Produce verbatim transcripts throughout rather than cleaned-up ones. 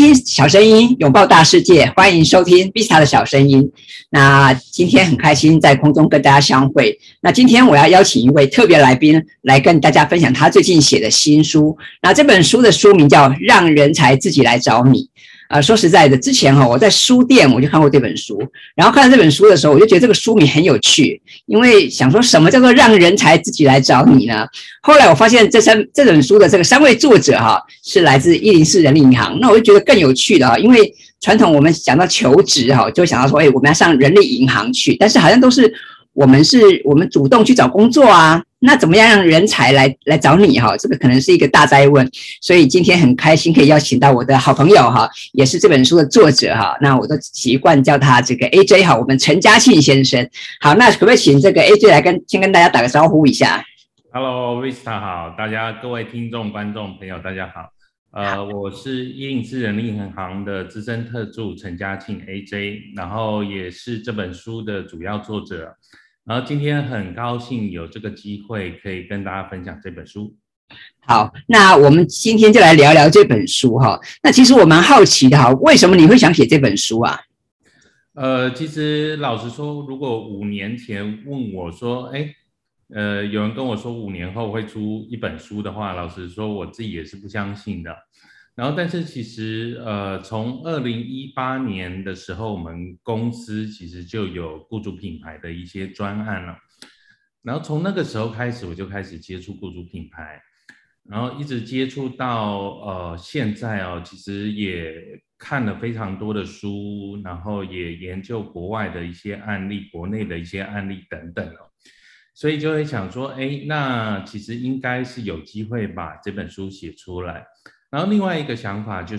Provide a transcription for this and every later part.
听小声音，拥抱大世界，欢迎收听 Vista 的小声音。那今天很开心在空中跟大家相会。那今天我要邀请一位特别来宾来跟大家分享他最近写的新书。那这本书的书名叫《让人才自己来找你》。呃，说实在的，之前哈我在书店我就看过这本书，然后看到这本书的时候，我就觉得这个书名很有趣，因为想说什么叫做让人才自己来找你呢？后来我发现这三这本书的这个三位作者哈是来自一零四人力银行，那我就觉得更有趣的哈，因为传统我们讲到求职哈，就会想到说，哎，我们要上人力银行去，但是好像都是我们是我们主动去找工作啊。那怎么样让人才来来找你哈？这个可能是一个大哉问，所以今天很开心可以邀请到我的好朋友哈，也是这本书的作者哈。那我都习惯叫他这个 A J 哈，我们陈嘉庆先生。好，那可不可以请这个 A J 来跟先跟大家打个招呼一下 ？Hello Vista 好，大家各位听众、观众朋友大家好。呃，我是一零四人力银行的资深特助陈嘉庆 A J， 然后也是这本书的主要作者。然后今天很高兴有这个机会可以跟大家分享这本书。 好，那我们今天就来聊聊这本书哈。那其实我蛮好奇的哈，为什么你会想写这本书啊？ 呃，其实老实说，如果五年前问我说，哎，呃，有人跟我说五年后会出一本书的话，老实说我自己也是不相信的。然后，但是其实，呃，从二零一八年的时候，我们公司其实就有雇主品牌的一些专案了。然后从那个时候开始，我就开始接触雇主品牌，然后一直接触到呃现在哦，其实也看了非常多的书，然后也研究国外的一些案例，国内的一些案例等等哦。所以就会想说，哎，那其实应该是有机会把这本书写出来。然后另外一个想法就是，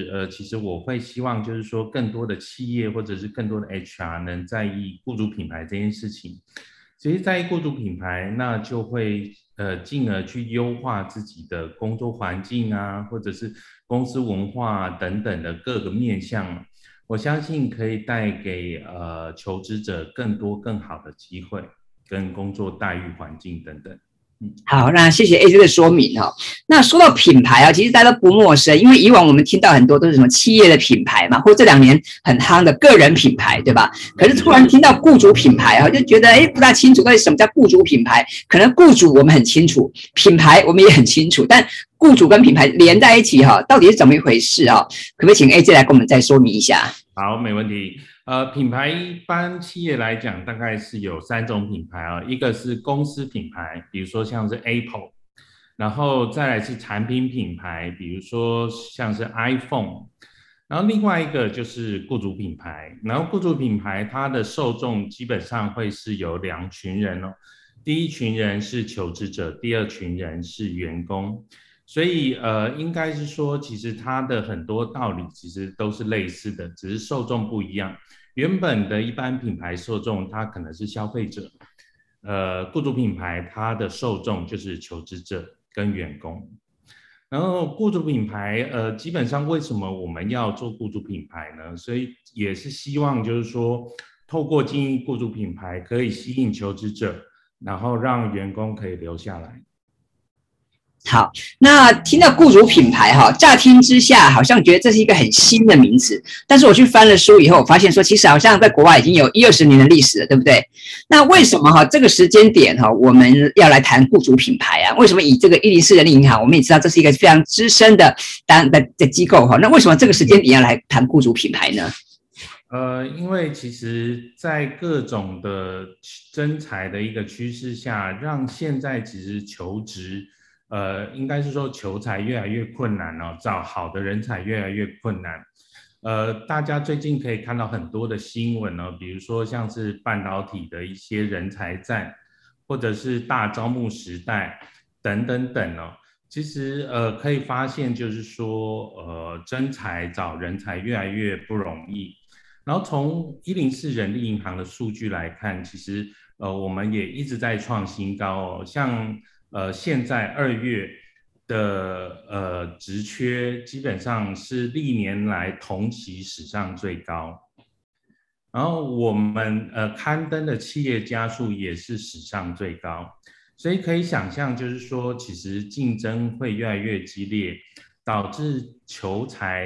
呃，其实我会希望就是说，更多的企业或者是更多的 H R 能在意雇主品牌这件事情。其实在意雇主品牌，那就会呃进而去优化自己的工作环境啊，或者是公司文化等等的各个面向。我相信可以带给呃求职者更多更好的机会。跟工作待遇环境等等。 好，那谢谢 A J 的说明哈。那说到品牌啊，其实大家都不陌生，因为以往我们听到很多都是什么企业的品牌嘛，或这两年很夯的个人品牌，对吧？可是突然听到雇主品牌啊，就觉得哎不大清楚到底什么叫雇主品牌。可能雇主我们很清楚，品牌我们也很清楚，但雇主跟品牌连在一起哈，到底是怎么一回事啊？可不可以请 A J 来跟我们再说明一下？ 好，没问题。呃，品牌一般企业来讲，大概是有三种品牌啊，一个是公司品牌，比如说像是 Apple， 然后再来是产品品牌，比如说像是 iPhone， 然后另外一个就是雇主品牌。然后雇主品牌它的受众基本上会是有两群人哦，第一群人是求职者，第二群人是员工。所以呃，应该是说，其实它的很多道理其实都是类似的，只是受众不一样。原本的一般品牌受众，它可能是消费者，呃，雇主品牌它的受众就是求职者跟员工。然后雇主品牌，呃，基本上为什么我们要做雇主品牌呢？所以也是希望就是说，透过经营雇主品牌，可以吸引求职者，然后让员工可以留下来。 好，那听到雇主品牌哈，乍听之下好像觉得这是一个很新的名词，但是我去翻了书以后，我发现说其实好像在国外已经有一二十年的历史了，对不对？那为什么哈这个时间点哈我们要来谈雇主品牌啊？为什么以这个一零四人力银行，我们也知道这是一个非常资深的单的的机构哈，那为什么这个时间点要来谈雇主品牌呢？ 呃，因为其实，在各种的征才的一个趋势下，让现在其实求职。呃，应该是说求才越来越困难哦，找好的人才越来越困难。呃，大家最近可以看到很多的新闻哦，比如说像是半导体的一些人才战，或者是大招募时代等等等哦。其实呃可以发现，就是说呃征才找人才越来越不容易。然后从一零四人力银行的数据来看，其实呃我们也一直在创新高哦，像。呃，现在二月的呃职缺基本上是历年来同期史上最高，然后我们呃刊登的企业家数也是史上最高，所以可以想象，就是说其实竞争会越来越激烈，导致求才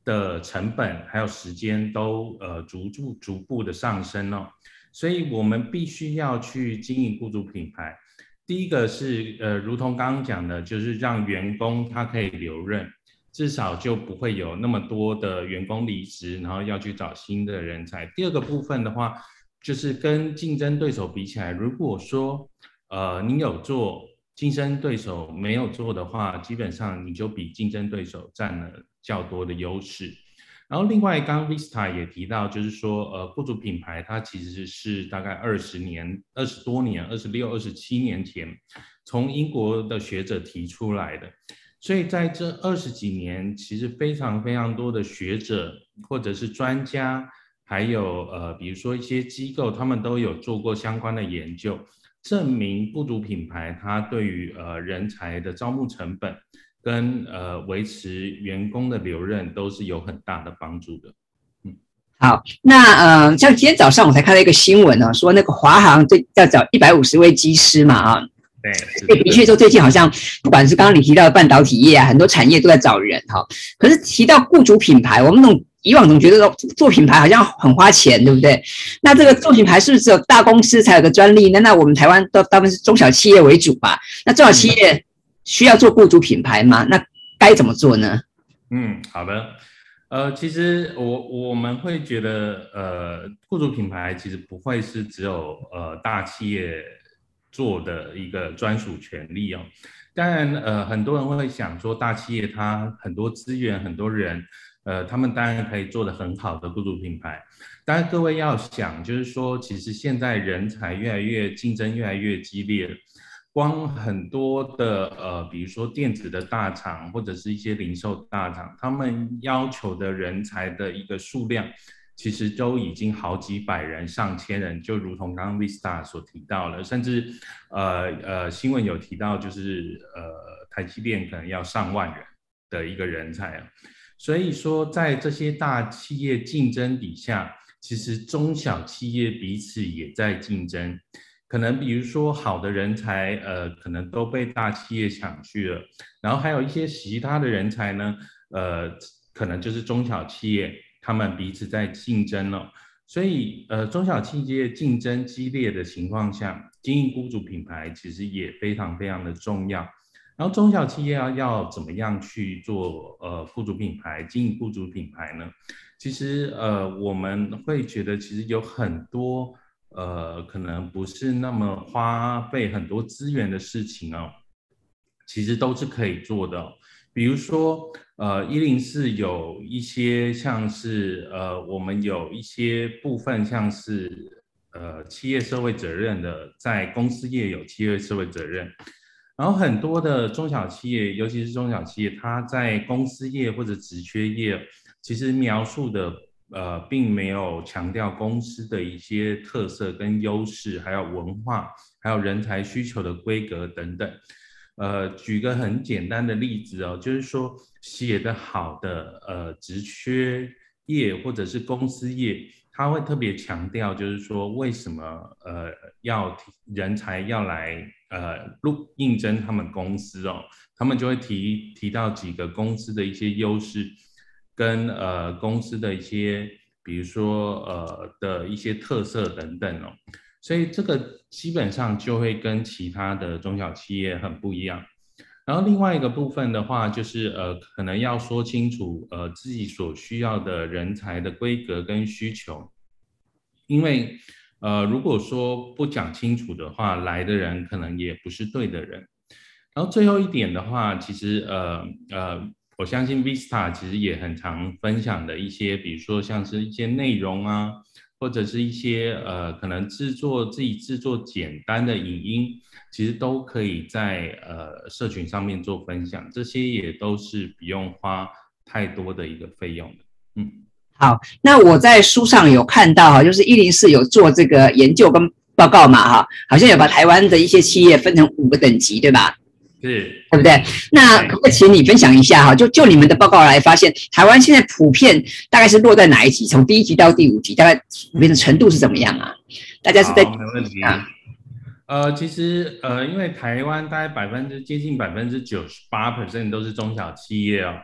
的成本还有时间都呃逐步逐步的上升哦，所以我们必须要去经营雇主品牌。第一个是呃，如同刚刚讲的，就是让员工他可以留任，至少就不会有那么多的员工离职，然后要去找新的人才。第二个部分的话，就是跟竞争对手比起来，如果说呃你有做，竞争对手没有做的话，基本上你就比竞争对手占了较多的优势。然后另外，刚刚 Vista 也提到，就是说，呃，雇主品牌它其实是大概二十年、二十多年、二十六、二十七年前，从英国的学者提出来的。所以在这二十几年，其实非常非常多的学者或者是专家，还有呃，比如说一些机构，他们都有做过相关的研究，证明雇主品牌它对于呃人才的招募成本跟呃维持员工的留任都是有很大的帮助的。嗯， 好，那呃，像今天早上我才看到一个新闻呢、哦，说那个华航最要找一百五十位机师嘛啊。 对， 的确说最近好像不管是刚刚你提到的半导体业啊，很多产业都在找人哈。可是提到雇主品牌，我们总以往总觉得做品牌好像很花钱，对不对？那这个做品牌是不是只有大公司才有个专利呢？那我们台湾都大部分是中小企业为主吧？那中小企业需要做雇主品牌吗？那该怎么做呢？ 嗯，好的。呃，其实我我们会觉得，呃，雇主品牌其实不会是只有呃大企业做的一个专属权利哦。当然，呃，很多人会想说，大企业它很多资源、很多人，呃，他们当然可以做得很好的雇主品牌。当然，各位要想，就是说，其实现在人才越来越竞争越来越激烈。光很多的呃，比如说电子的大厂或者是一些零售大厂，他们要求的人才的一个数量，其实都已经好几百人、上千人，就如同刚刚 Vista 所提到了，甚至呃呃新闻有提到，就是呃台积电可能要上万人的一个人才啊。所以说，在这些大企业竞争底下，其实中小企业彼此也在竞争。可能比如说好的人才，呃，可能都被大企业抢去了，然后还有一些其他的人才呢，呃，可能就是中小企业，他们彼此在竞争了。所以，呃，中小企业竞争激烈的情况下，经营雇主品牌其实也非常非常的重要。然后，中小企业要要怎么样去做呃雇主品牌，经营雇主品牌呢？其实，呃，我们会觉得其实有很多。呃，可能不是那么花费很多资源的事情哦，其实都是可以做的哦。比如说，呃，一零四有一些像是呃，我们有一些部分像是呃企业社会责任的，在公司业有企业社会责任，然后很多的中小企业，尤其是中小企业，它在公司业或者职缺业，其实描述的。呃，并没有强调公司的一些特色跟优势，还有文化，还有人才需求的规格等等。呃，举个很简单的例子哦，就是说写得好的呃职缺业或者是公司业，他会特别强调，就是说为什么呃要人才要来呃录应征他们公司哦，他们就会提提到几个公司的一些优势。跟呃公司的一些，比如说呃的一些特色等等哦，所以这个基本上就会跟其他的中小企业很不一样。然后另外一个部分的话，就是呃可能要说清楚呃自己所需要的人才的规格跟需求，因为呃如果说不讲清楚的话，来的人可能也不是对的人。然后最后一点的话，其实呃呃，我相信 Vista 其实也很常分享的一些，比如说像是一些内容啊，或者是一些呃可能制作自己制作简单的影音，其实都可以在呃社群上面做分享，这些也都是不用花太多的一个费用的。嗯， 好，那我在书上有看到哈，就是一零四有做这个研究跟报告嘛哈，好像有把台湾的一些企业分成五个等级，对吧？ 是， 对不对？那可不可以请你分享一下哈？就就你们的报告来发现，台湾现在普遍大概是落在哪一级？从第一级到第五级，大概普遍的程度是怎么样啊？大家是在好，没问题。呃，其实呃，因为台湾大概百分之接近百分之九十八 percent 都是中小企业哦，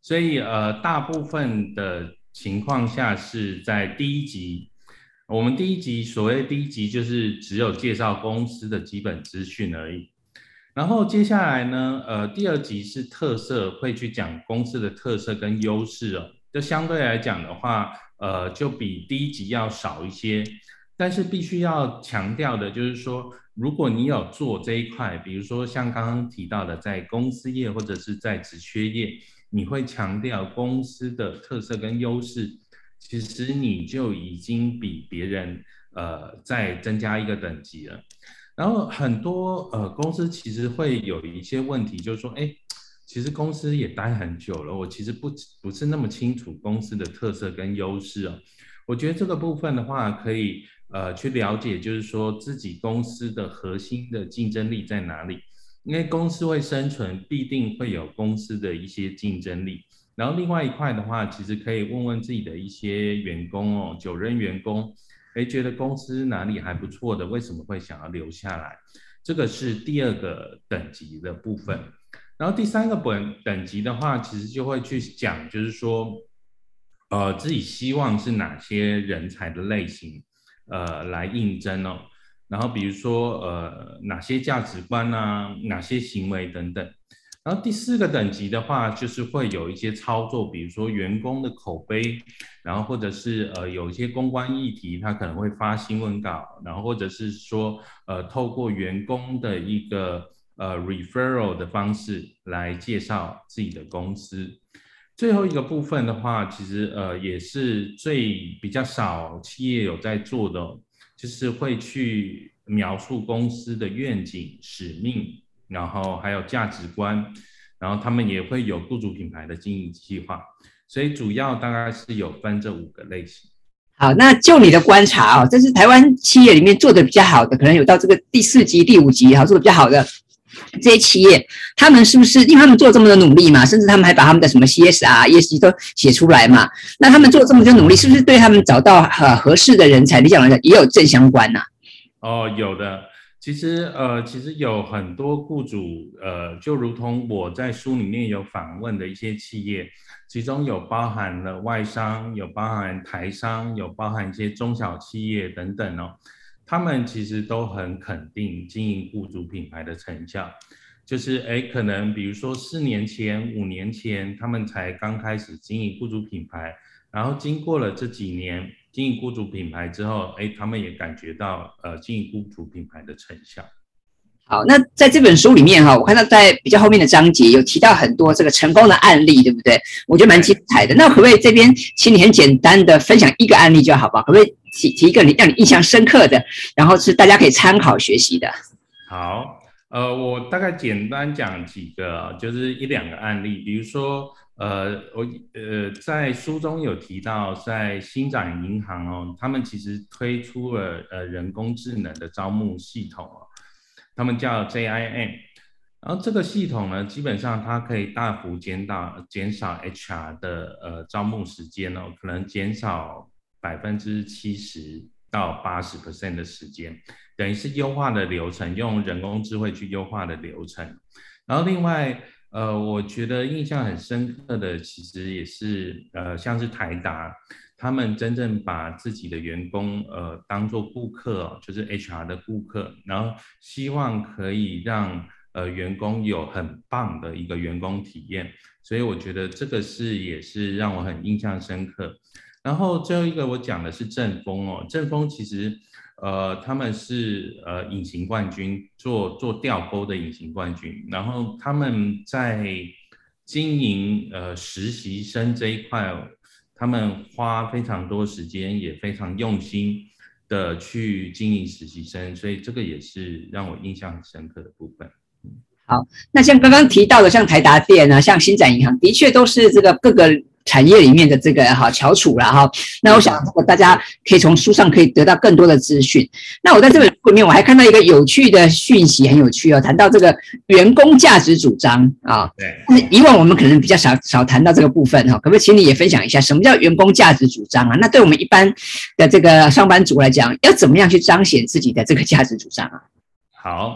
所以呃，大部分的情况下是在第一集。我们第一集所谓第一集就是只有介绍公司的基本资讯而已。然后接下来呢，呃，第二集是特色，会去讲公司的特色跟优势哦。就相对来讲的话，呃，就比第一集要少一些。但是必须要强调的就是说，如果你有做这一块，比如说像刚刚提到的，在公司业或者是在职缺业，你会强调公司的特色跟优势，其实你就已经比别人呃再增加一个等级了。然后很多呃公司其实会有一些问题，就是说，哎，其实公司也待很久了，我其实不不是那么清楚公司的特色跟优势哦。我觉得这个部分的话，可以呃去了解，就是说自己公司的核心的竞争力在哪里。因为公司会生存，必定会有公司的一些竞争力。然后另外一块的话，其实可以问问自己的一些员工哦，久任员工。哎，觉得公司哪里还不错的，为什么会想要留下来？这个是第二个等级的部分。然后第三个本等级的话，其实就会去讲，就是说，呃，自己希望是哪些人才的类型，呃，来应征哦。然后比如说，呃，哪些价值观啊，哪些行为等等。然后第四个等级的话，就是会有一些操作，比如说员工的口碑，然后或者是呃有一些公关议题，他可能会发新闻稿，然后或者是说呃透过员工的一个呃 referral 的方式来介绍自己的公司。最后一个部分的话，其实呃也是最比较少企业有在做的，就是会去描述公司的愿景、使命。然后还有价值观，然后他们也会有雇主品牌的经营计划，所以主要大概是有分这五个类型。 好，那就你的观察哦，这是台湾企业里面做的比较好的，可能有到这个第四级、第五级，好做的比较好的这些企业，他们是不是因为他们做这么多努力嘛，甚至他们还把他们的什么 C S R、E S G 都写出来嘛？那他们做这么多努力，是不是对他们找到呃合适的人才，理想来讲也有正相关呢、啊？ 哦，有的。其实呃，其实有很多雇主呃，就如同我在书里面有访问的一些企业，其中有包含了外商，有包含台商，有包含一些中小企业等等哦。他们其实都很肯定经营雇主品牌的成效，就是哎，可能比如说四年前、五年前，他们才刚开始经营雇主品牌，然后经过了这几年。经营雇主品牌之后，哎，他们也感觉到呃经营雇主品牌的成效。 好，那在这本书里面哈，我看到在比较后面的章节有提到很多这个成功的案例，对不对？我觉得蛮精彩的。那可不可以这边请你很简单的分享一个案例就好吧？可不可以提提一个你让你印象深刻的，然后是大家可以参考学习的？ 好，呃，我大概简单讲几个，就是一两个案例，比如说。呃，我呃在书中有提到，在星展银行哦，他们其实推出了呃人工智能的招募系统哦，他们叫 J I M， 然后这个系统呢，基本上它可以大幅减到减少 H R 的呃招募时间哦，可能减少百分之七十到八十 percent 的时间，等于是优化的流程，用人工智慧去优化的流程，然后另外。呃，我觉得印象很深刻的，其实也是呃，像是台达，他们真正把自己的员工呃当做顾客、哦，就是 H R 的顾客，然后希望可以让呃员工有很棒的一个员工体验，所以我觉得这个是也是让我很印象深刻。然后最后一个我讲的是正风哦，正风其实。呃，他们是呃隐形冠军，做做吊钩的隐形冠军。然后他们在经营呃实习生这一块，他们花非常多时间，也非常用心的去经营实习生，所以这个也是让我印象很深刻的部分。 好，那像刚刚提到的，像台达电啊，像星展银行，的确都是这个各个产业里面的这个哈翘楚啦哈。那我想大家可以从书上可以得到更多的资讯。那我在这本书里面我还看到一个有趣的讯息，很有趣哦，谈到这个员工价值主张啊。对。以往我们可能比较少少谈到这个部分哈，可不可以请你也分享一下什么叫员工价值主张啊？那对我们一般的这个上班族来讲，要怎么样去彰显自己的这个价值主张啊？ 好。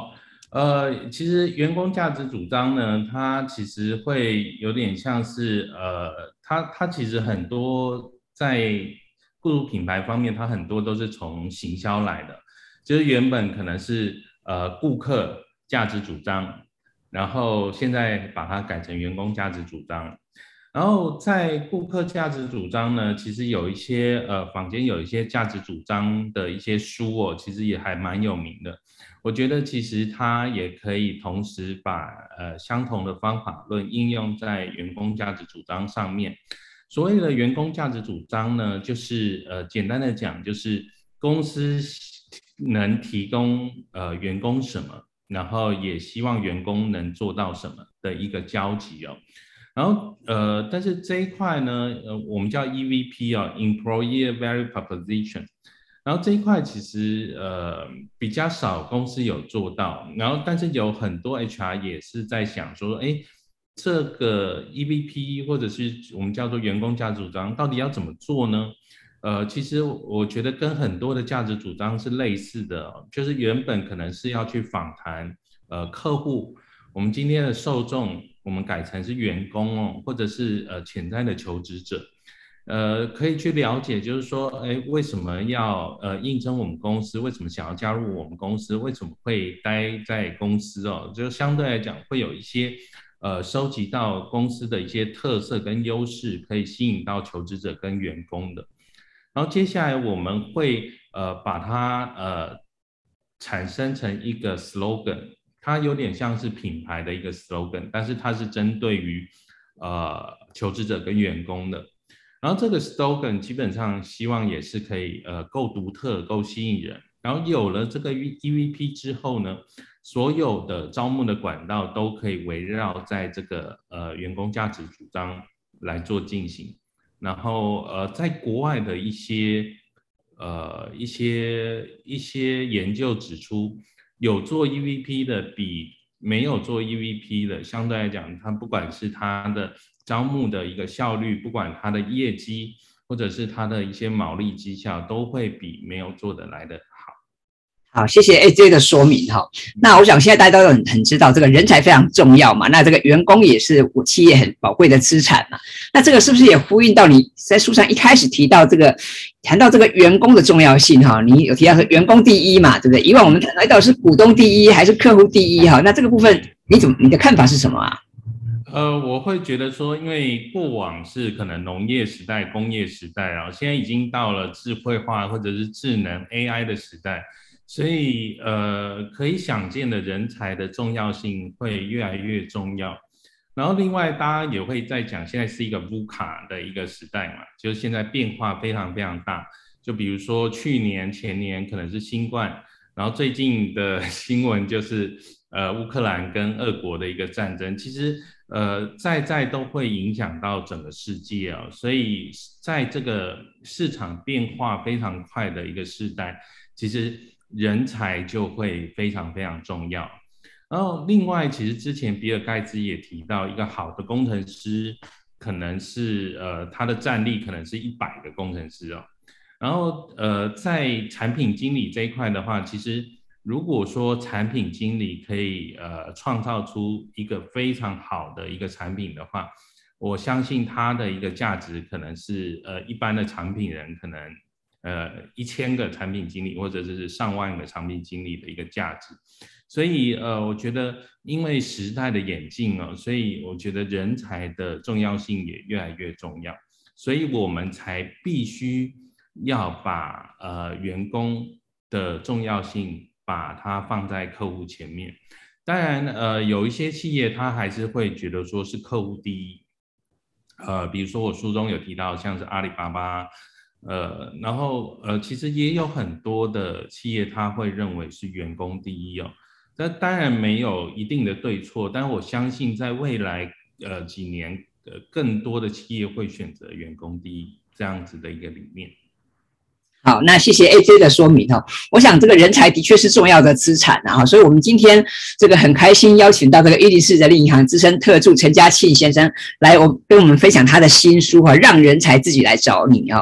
呃，其实员工价值主张呢，它其实会有点像是呃，它它其实很多在雇主品牌方面，它很多都是从行销来的，就是原本可能是呃顾客价值主张，然后现在把它改成员工价值主张。然后在顾客价值主张呢，其实有一些呃坊间有一些价值主张的一些书哦，其实也还蛮有名的。我觉得其实它也可以同时把呃相同的方法论应用在员工价值主张上面。所谓的员工价值主张呢，就是呃简单的讲，就是公司能提供呃员工什么，然后也希望员工能做到什么的一个交集哦。然后呃，但是这一块呢，呃，我们叫 E V P 啊 ，Employee Value Proposition。然后这一块其实呃比较少公司有做到，然后但是有很多 H R 也是在想说，哎，这个 E V P 或者是我们叫做员工价值主张，到底要怎么做呢？呃，其实我觉得跟很多的价值主张是类似的，就是原本可能是要去访谈呃客户，我们今天的受众，我们改成是员工哦，或者是呃潜在的求职者。呃，可以去了解，就是说，哎，为什么要呃应征我们公司？为什么想要加入我们公司？为什么会待在公司哦？就相对来讲，会有一些呃收集到公司的一些特色跟优势，可以吸引到求职者跟员工的。然后接下来我们会呃把它呃产生成一个 slogan，它有点像是品牌的一个 slogan，但是它是针对于呃求职者跟员工的。然后这个 slogan 基本上希望也是可以呃够独特、够吸引人。然后有了这个 E V P 之后呢，所有的招募的管道都可以围绕在这个呃员工价值主张来做进行。然后呃，在国外的一些呃一些一些研究指出，有做 E V P 的比没有做 E V P 的，相对来讲，它不管是它的招募的一个效率，不管它的业绩，或者是它的一些毛利绩效，都会比没有做的来的好。 好，谢谢 A J 的说明哈。那我想现在大家都很很知道，这个人才非常重要嘛。那这个员工也是我企业很宝贵的资产嘛。那这个是不是也呼应到你在书上一开始提到这个谈到这个员工的重要性哈？你有提到说员工第一嘛，对不对？以往我们谈到到底是股东第一还是客户第一哈？那这个部分你怎么你的看法是什么啊？ 呃，我会觉得说，因为过往是可能农业时代、工业时代，然后现在已经到了智慧化或者是智能 A I 的时代。所以，呃，可以想见的人才的重要性会越来越重要。然后，另外大家也会在讲，现在是一个 V U C A 的一个时代嘛，就是现在变化非常非常大。就比如说去年、前年可能是新冠，然后最近的新闻就是呃乌克兰跟俄国的一个战争，其实呃在在都会影响到整个世界啊。所以在这个市场变化非常快的一个时代，其实人才就会非常非常重要。然后另外，其实之前比尔盖茨也提到，一个好的工程师可能是呃他的战力可能是一百个工程师哦。然后呃在产品经理这一块的话，其实如果说产品经理可以呃创造出一个非常好的一个产品的话，我相信它的一个价值可能是呃一般的产品人可能呃一千个产品经理或者是上万个产品经理的一个价值。所以呃我觉得因为时代的演进哦，所以我觉得人才的重要性也越来越重要，所以我们才必须要把呃员工的重要性把它放在客户前面。当然呃有一些企业它还是会觉得说是客户第一，呃比如说我书中有提到像是阿里巴巴，呃然后呃其实也有很多的企业它会认为是员工第一哦。那当然没有一定的对错，但我相信在未来呃几年呃更多的企业会选择员工第一这样子的一个理念。 好，那谢谢 A J 的说明哈。我想这个人才的确是重要的资产啊，所以我们今天这个很开心邀请到这个一零四人力银行资深特助陈嘉庆先生来我跟我们分享他的新书哈，让人才自己来找你啊。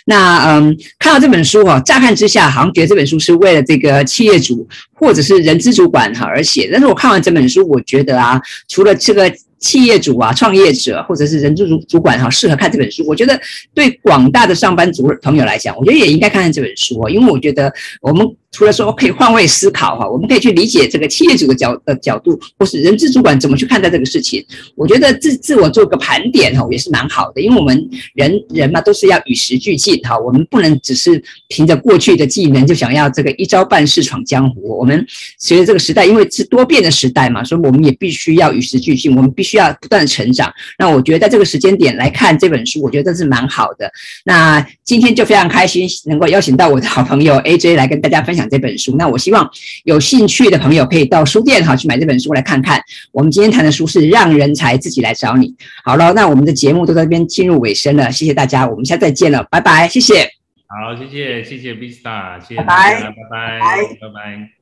那嗯，看到这本书哈，乍看之下好像觉得这本书是为了这个企业主或者是人资主管哈而写，但是我看完这本书，我觉得啊，除了这个企业主啊、创业者或者是人资主主管哈适合看这本书，我觉得对广大的上班族朋友来讲，我觉得也应该看看这本书哦，因为我觉得我们除了说可以换位思考哈，我们可以去理解这个企业主的角的角度，或是人资主管怎么去看待这个事情。我觉得自自我做个盘点哈，也是蛮好的，因为我们人人嘛都是要与时俱进哈，我们不能只是凭着过去的技能就想要这个一招半式闯江湖。我们随着这个时代，因为是多变的时代嘛，所以我们也必须要与时俱进，我们必须要不断的成长。那我觉得在这个时间点来看这本书，我觉得是蛮好的。那今天就非常开心能够邀请到我的好朋友 A J 来跟大家分享这本书。那我希望有兴趣的朋友可以到书店哈去买这本书来看看。我们今天谈的书是《让人才自己来找你》。好了，那我们的节目都在这边进入尾声了，谢谢大家，我们下次再见了，拜拜，谢谢。 好，谢谢谢谢 Vista， 谢谢大家，拜拜拜拜。